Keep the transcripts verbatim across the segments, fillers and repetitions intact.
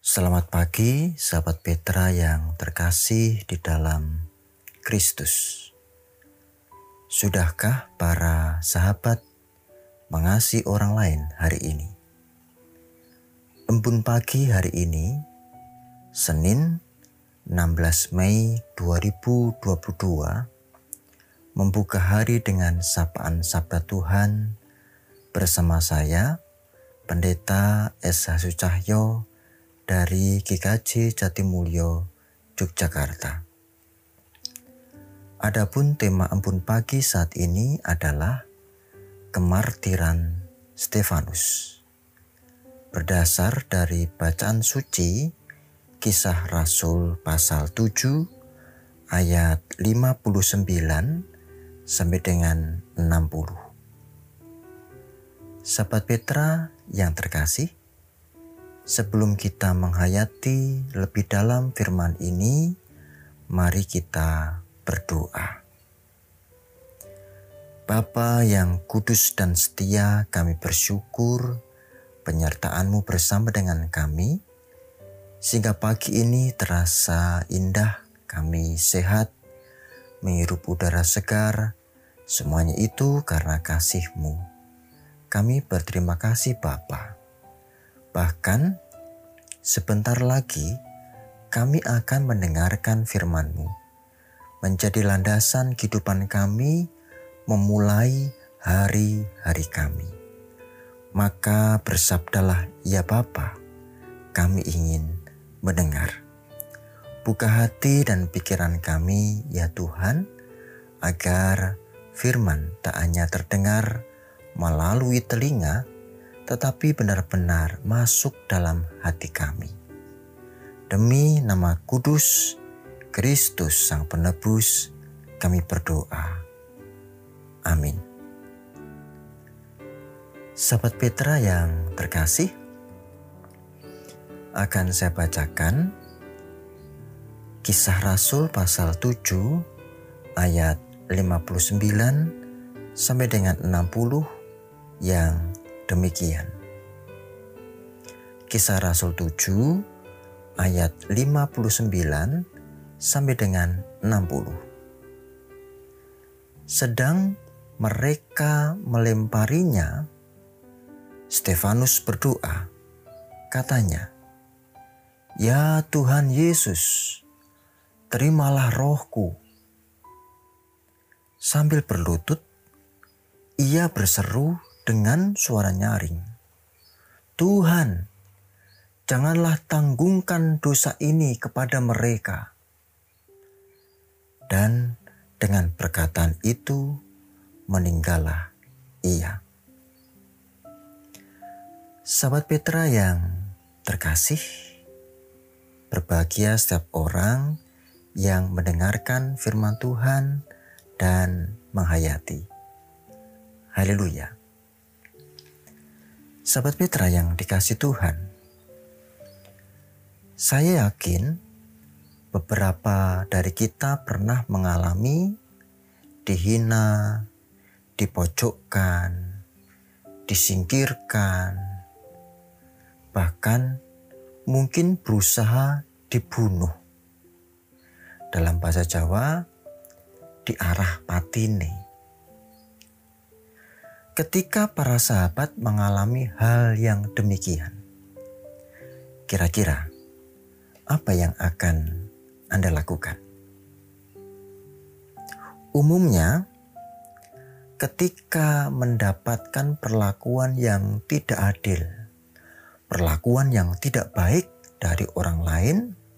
Selamat pagi, sahabat Petra yang terkasih di dalam Kristus. Sudahkah para sahabat mengasihi orang lain hari ini? Embun pagi hari ini, Senin enam belas Mei dua ribu dua puluh dua, membuka hari dengan sapaan Sabda Tuhan bersama saya, Pendeta S H Sucahyo dari G K J Jatimulyo, Yogyakarta. Adapun tema embun pagi saat ini adalah kemartiran Stefanus. Berdasar dari bacaan suci Kisah Rasul pasal tujuh ayat lima puluh sembilan sampai dengan enam puluh. Sahabat Petra yang terkasih, sebelum kita menghayati lebih dalam firman ini, mari kita berdoa. Bapa yang kudus dan setia, kami bersyukur penyertaan-Mu bersama dengan kami, sehingga pagi ini terasa indah, kami sehat, menghirup udara segar, semuanya itu karena kasih-Mu. Kami berterima kasih Bapa. Bahkan sebentar lagi kami akan mendengarkan firman-Mu, menjadi landasan kehidupan kami memulai hari-hari kami. Maka bersabdalah ya Bapa, kami ingin mendengar. Buka hati dan pikiran kami ya Tuhan, agar firman tak hanya terdengar melalui telinga, tetapi benar-benar masuk dalam hati kami. Demi nama kudus Kristus Sang Penebus, kami berdoa. Amin. Sahabat Petra yang terkasih, akan saya bacakan Kisah Rasul pasal tujuh ayat lima puluh sembilan sampai dengan enam puluh yang demikian. Kisah Rasul tujuh ayat lima puluh sembilan sampai dengan enam puluh. Sedang mereka melemparinya, Stefanus berdoa, katanya, "Ya Tuhan Yesus, terimalah rohku." Sambil berlutut, ia berseru dengan suara nyaring, "Tuhan, janganlah tanggungkan dosa ini kepada mereka." Dan dengan perkataan itu meninggallah ia. Sahabat Petra yang terkasih, berbahagia setiap orang yang mendengarkan firman Tuhan dan menghayati. Haleluya. Sahabat Petra yang dikasihi Tuhan, saya yakin beberapa dari kita pernah mengalami dihina, dipojokkan, disingkirkan, bahkan mungkin berusaha dibunuh. Dalam bahasa Jawa, diarah patine. Ketika para sahabat mengalami hal yang demikian, kira-kira apa yang akan Anda lakukan? Umumnya, ketika mendapatkan perlakuan yang tidak adil, perlakuan yang tidak baik dari orang lain,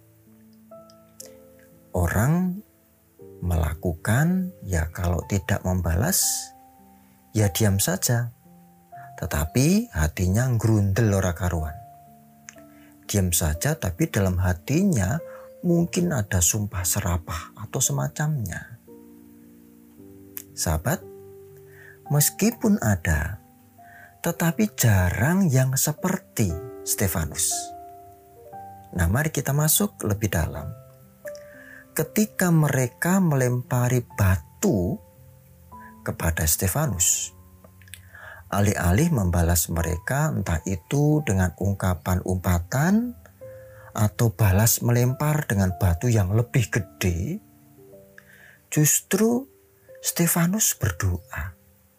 orang melakukan, ya kalau tidak membalas, ya diam saja. Tetapi hatinya ngrundel ora karuan. Diam saja, tapi dalam hatinya mungkin ada sumpah serapah atau semacamnya. Sahabat, meskipun ada, tetapi jarang yang seperti Stefanus. Nah, mari kita masuk lebih dalam. Ketika mereka melempari batu kepada Stefanus, alih-alih membalas mereka entah itu dengan ungkapan umpatan atau balas melempar dengan batu yang lebih gede, justru Stefanus berdoa.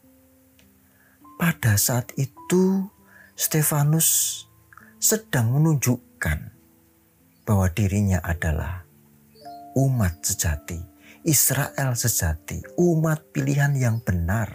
Pada saat itu Stefanus sedang menunjukkan bahwa dirinya adalah umat sejati, Israel sejati, umat pilihan yang benar.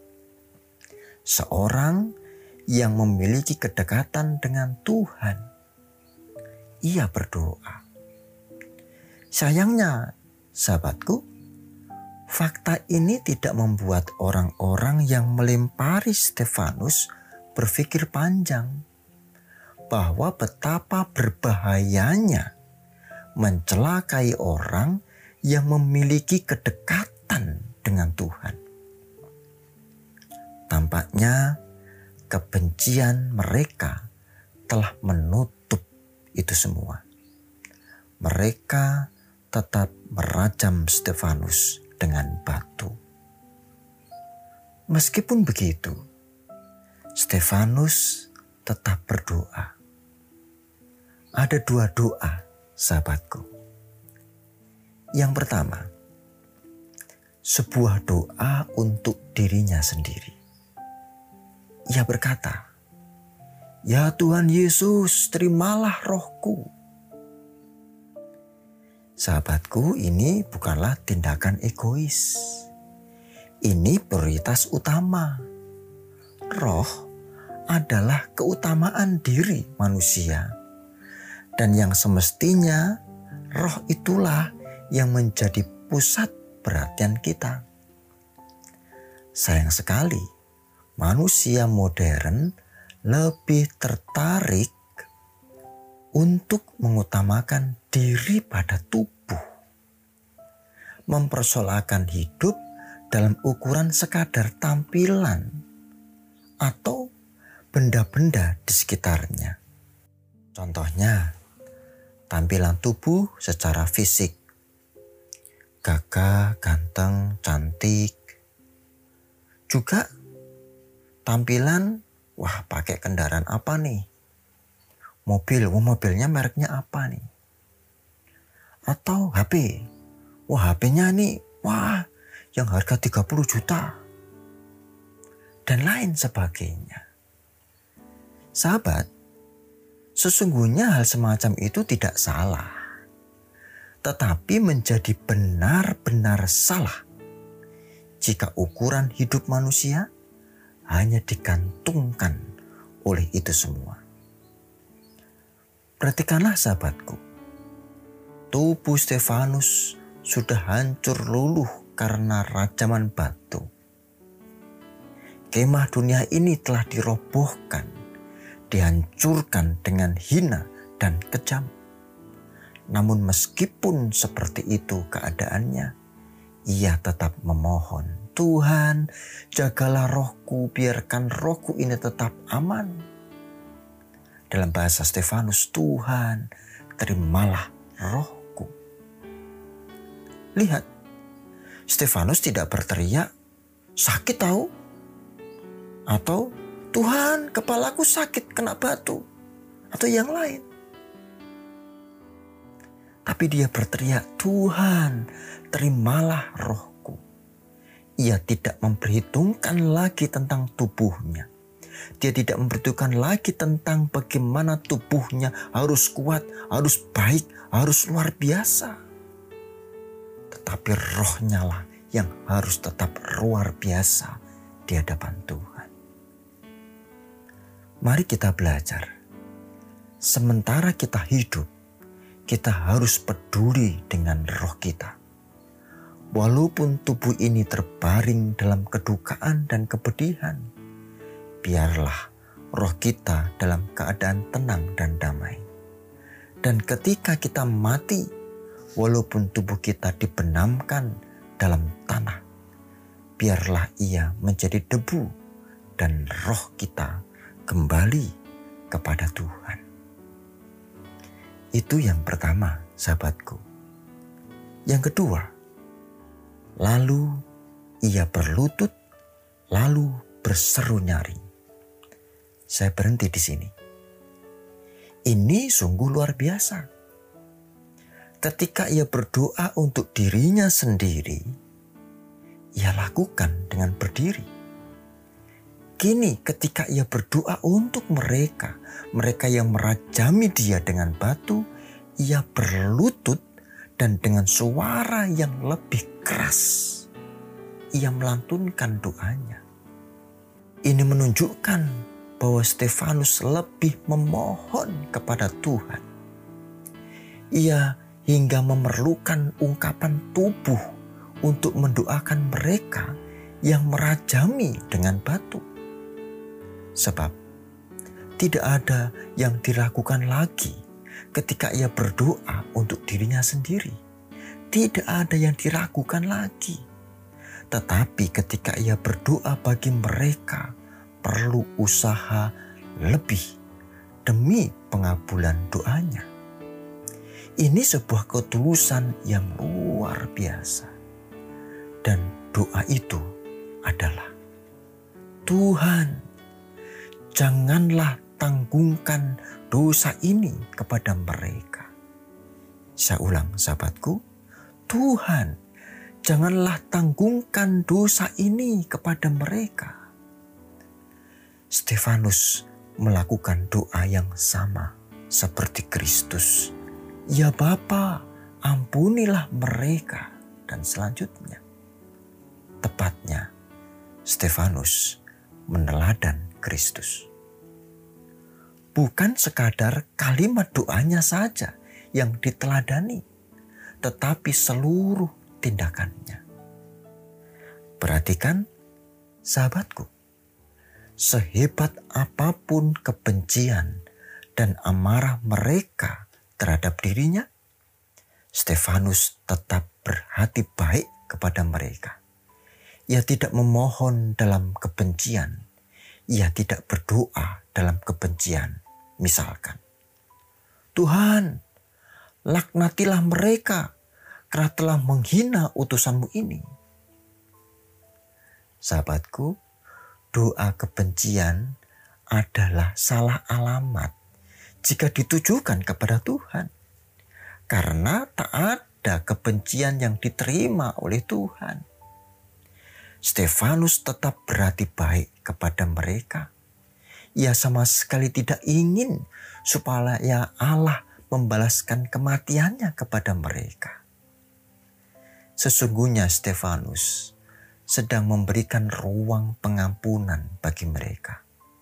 Seorang yang memiliki kedekatan dengan Tuhan. Ia berdoa. Sayangnya, sahabatku, fakta ini tidak membuat orang-orang yang melempari Stefanus berpikir panjang bahwa betapa berbahayanya mencelakai orang yang memiliki kedekatan dengan Tuhan. Tampaknya kebencian mereka telah menutup itu semua. Mereka tetap merajam Stefanus dengan batu. Meskipun begitu, Stefanus tetap berdoa. Ada dua doa, sahabatku. Yang pertama, sebuah doa untuk dirinya sendiri. Ia berkata, "Ya Tuhan Yesus, terimalah rohku." Sahabatku, ini bukanlah tindakan egois. Ini prioritas utama. Roh adalah keutamaan diri manusia. Dan yang semestinya, roh itulah yang menjadi pusat perhatian kita. Sayang sekali, manusia modern lebih tertarik untuk mengutamakan diri pada tubuh. Mempersoalkan hidup dalam ukuran sekadar tampilan atau benda-benda di sekitarnya. Contohnya, tampilan tubuh secara fisik. Gagah, ganteng, cantik. Juga tampilan, wah pakai kendaraan apa nih? Mobil, wah mobilnya mereknya apa nih? Atau H P, wah H P-nya nih, wah yang harga tiga puluh juta. Dan lain sebagainya. Sahabat, sesungguhnya hal semacam itu tidak salah. Tetapi menjadi benar-benar salah jika ukuran hidup manusia hanya digantungkan oleh itu semua. Perhatikanlah sahabatku, tubuh Stefanus sudah hancur luluh karena rajaman batu. Kemah dunia ini telah dirobohkan, dihancurkan dengan hina dan kejam. Namun meskipun seperti itu keadaannya, ia tetap memohon, "Tuhan, jagalah rohku, biarkan rohku ini tetap aman." Dalam bahasa Stefanus, "Tuhan, terimalah rohku." Lihat, Stefanus tidak berteriak, "Sakit tahu?" Atau, "Tuhan, kepalaku sakit kena batu." Atau yang lain. Tapi dia berteriak, "Tuhan, terimalah rohku." Ia tidak memperhitungkan lagi tentang tubuhnya. Dia tidak memperhitungkan lagi tentang bagaimana tubuhnya harus kuat, harus baik, harus luar biasa. Tetapi rohnya lah yang harus tetap luar biasa di hadapan Tuhan. Mari kita belajar. Sementara kita hidup, kita harus peduli dengan roh kita. Walaupun tubuh ini terbaring dalam kedukaan dan kepedihan, biarlah roh kita dalam keadaan tenang dan damai. Dan ketika kita mati, walaupun tubuh kita dibenamkan dalam tanah, biarlah ia menjadi debu dan roh kita kembali kepada Tuhan. Itu yang pertama, sahabatku. Yang kedua, lalu ia berlutut, lalu berseru nyaring. Saya berhenti di sini. Ini sungguh luar biasa. Ketika ia berdoa untuk dirinya sendiri, ia lakukan dengan berdiri. Kini ketika ia berdoa untuk mereka, mereka yang merajami dia dengan batu, ia berlutut dan dengan suara yang lebih keras, ia melantunkan doanya. Ini menunjukkan bahwa Stefanus lebih memohon kepada Tuhan. Ia hingga memerlukan ungkapan tubuh untuk mendoakan mereka yang merajami dengan batu. Sebab tidak ada yang diragukan lagi ketika ia berdoa untuk dirinya sendiri. Tidak ada yang diragukan lagi. Tetapi ketika ia berdoa bagi mereka, perlu usaha lebih demi pengabulan doanya. Ini sebuah ketulusan yang luar biasa. Dan doa itu adalah, Tuhan, janganlah tanggungkan dosa ini kepada mereka. Saya ulang sahabatku, Tuhan, janganlah tanggungkan dosa ini kepada mereka. Stefanus melakukan doa yang sama seperti Kristus. Ya Bapa, ampunilah mereka. Dan selanjutnya, tepatnya Stefanus meneladan Kristus. Bukan sekadar kalimat doanya saja yang diteladani, tetapi seluruh tindakannya. Perhatikan sahabatku, sehebat apapun kebencian dan amarah mereka terhadap dirinya, Stefanus tetap berhati baik kepada mereka. Ia tidak memohon dalam kebencian. Ia tidak berdoa dalam kebencian. Misalkan, Tuhan, laknatilah mereka karena telah menghina utusanmu ini. Sahabatku, doa kebencian adalah salah alamat jika ditujukan kepada Tuhan. Karena tak ada kebencian yang diterima oleh Tuhan. Stefanus tetap berhati baik kepada mereka. Ia sama sekali tidak ingin supaya Allah membalaskan kematiannya kepada mereka. Sesungguhnya Stefanus sedang memberikan ruang pengampunan bagi mereka.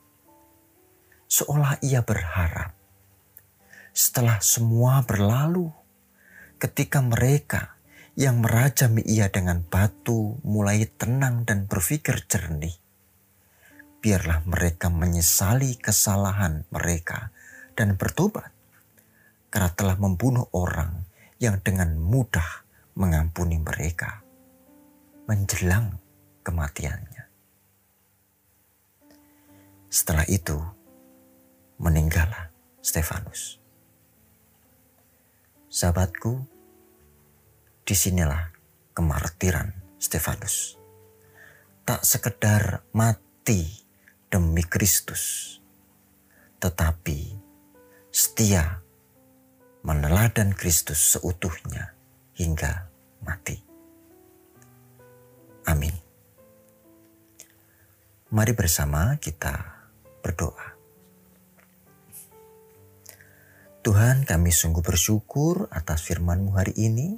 Seolah ia berharap setelah semua berlalu, ketika mereka yang merajami ia dengan batu mulai tenang dan berpikir jernih, biarlah mereka menyesali kesalahan mereka dan bertobat, karena telah membunuh orang yang dengan mudah mengampuni mereka menjelang kematiannya. Setelah itu, meninggallah Stefanus. Sahabatku, disinilah kemartiran Stefanus. Tak sekedar mati demi Kristus, tetapi setia meneladan Kristus seutuhnya hingga mati. Amin. Mari bersama kita berdoa. Tuhan, kami sungguh bersyukur atas firman-Mu hari ini.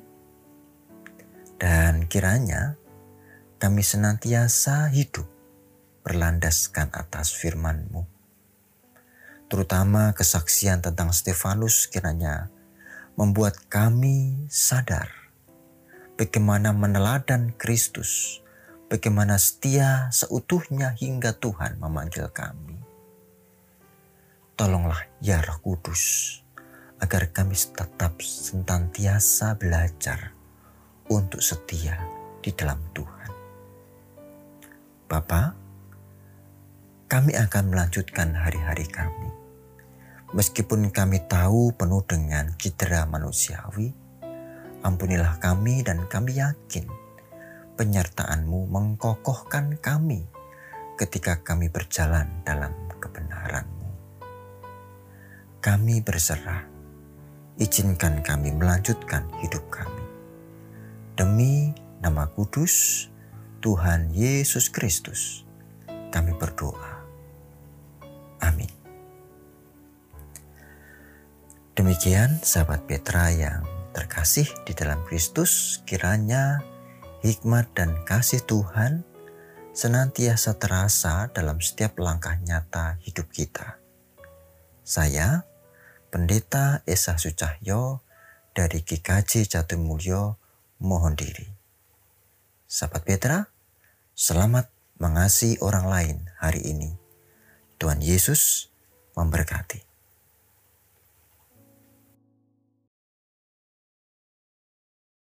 Dan kiranya kami senantiasa hidup berlandaskan atas firman-Mu. Terutama kesaksian tentang Stefanus kiranya membuat kami sadar bagaimana meneladan Kristus, bagaimana setia seutuhnya hingga Tuhan memanggil kami. Tolonglah ya Roh Kudus, agar kami tetap senantiasa belajar untuk setia di dalam Tuhan. Bapa, kami akan melanjutkan hari-hari kami. Meskipun kami tahu penuh dengan cedera manusiawi, ampunilah kami dan kami yakin penyertaan-Mu mengkokohkan kami ketika kami berjalan dalam kebenaran-Mu. kami berserah. Izinkan kami melanjutkan hidup kami. Demi nama kudus Tuhan Yesus Kristus, kami berdoa. Amin. Demikian sahabat Petra yang terkasih di dalam Kristus, kiranya hikmat dan kasih Tuhan senantiasa terasa dalam setiap langkah nyata hidup kita. Saya, Pendeta Esa Sucahyo dari G K J Jatimulyo, mohon diri. Sahabat Petra, selamat mengasihi orang lain hari ini. Tuhan Yesus memberkati.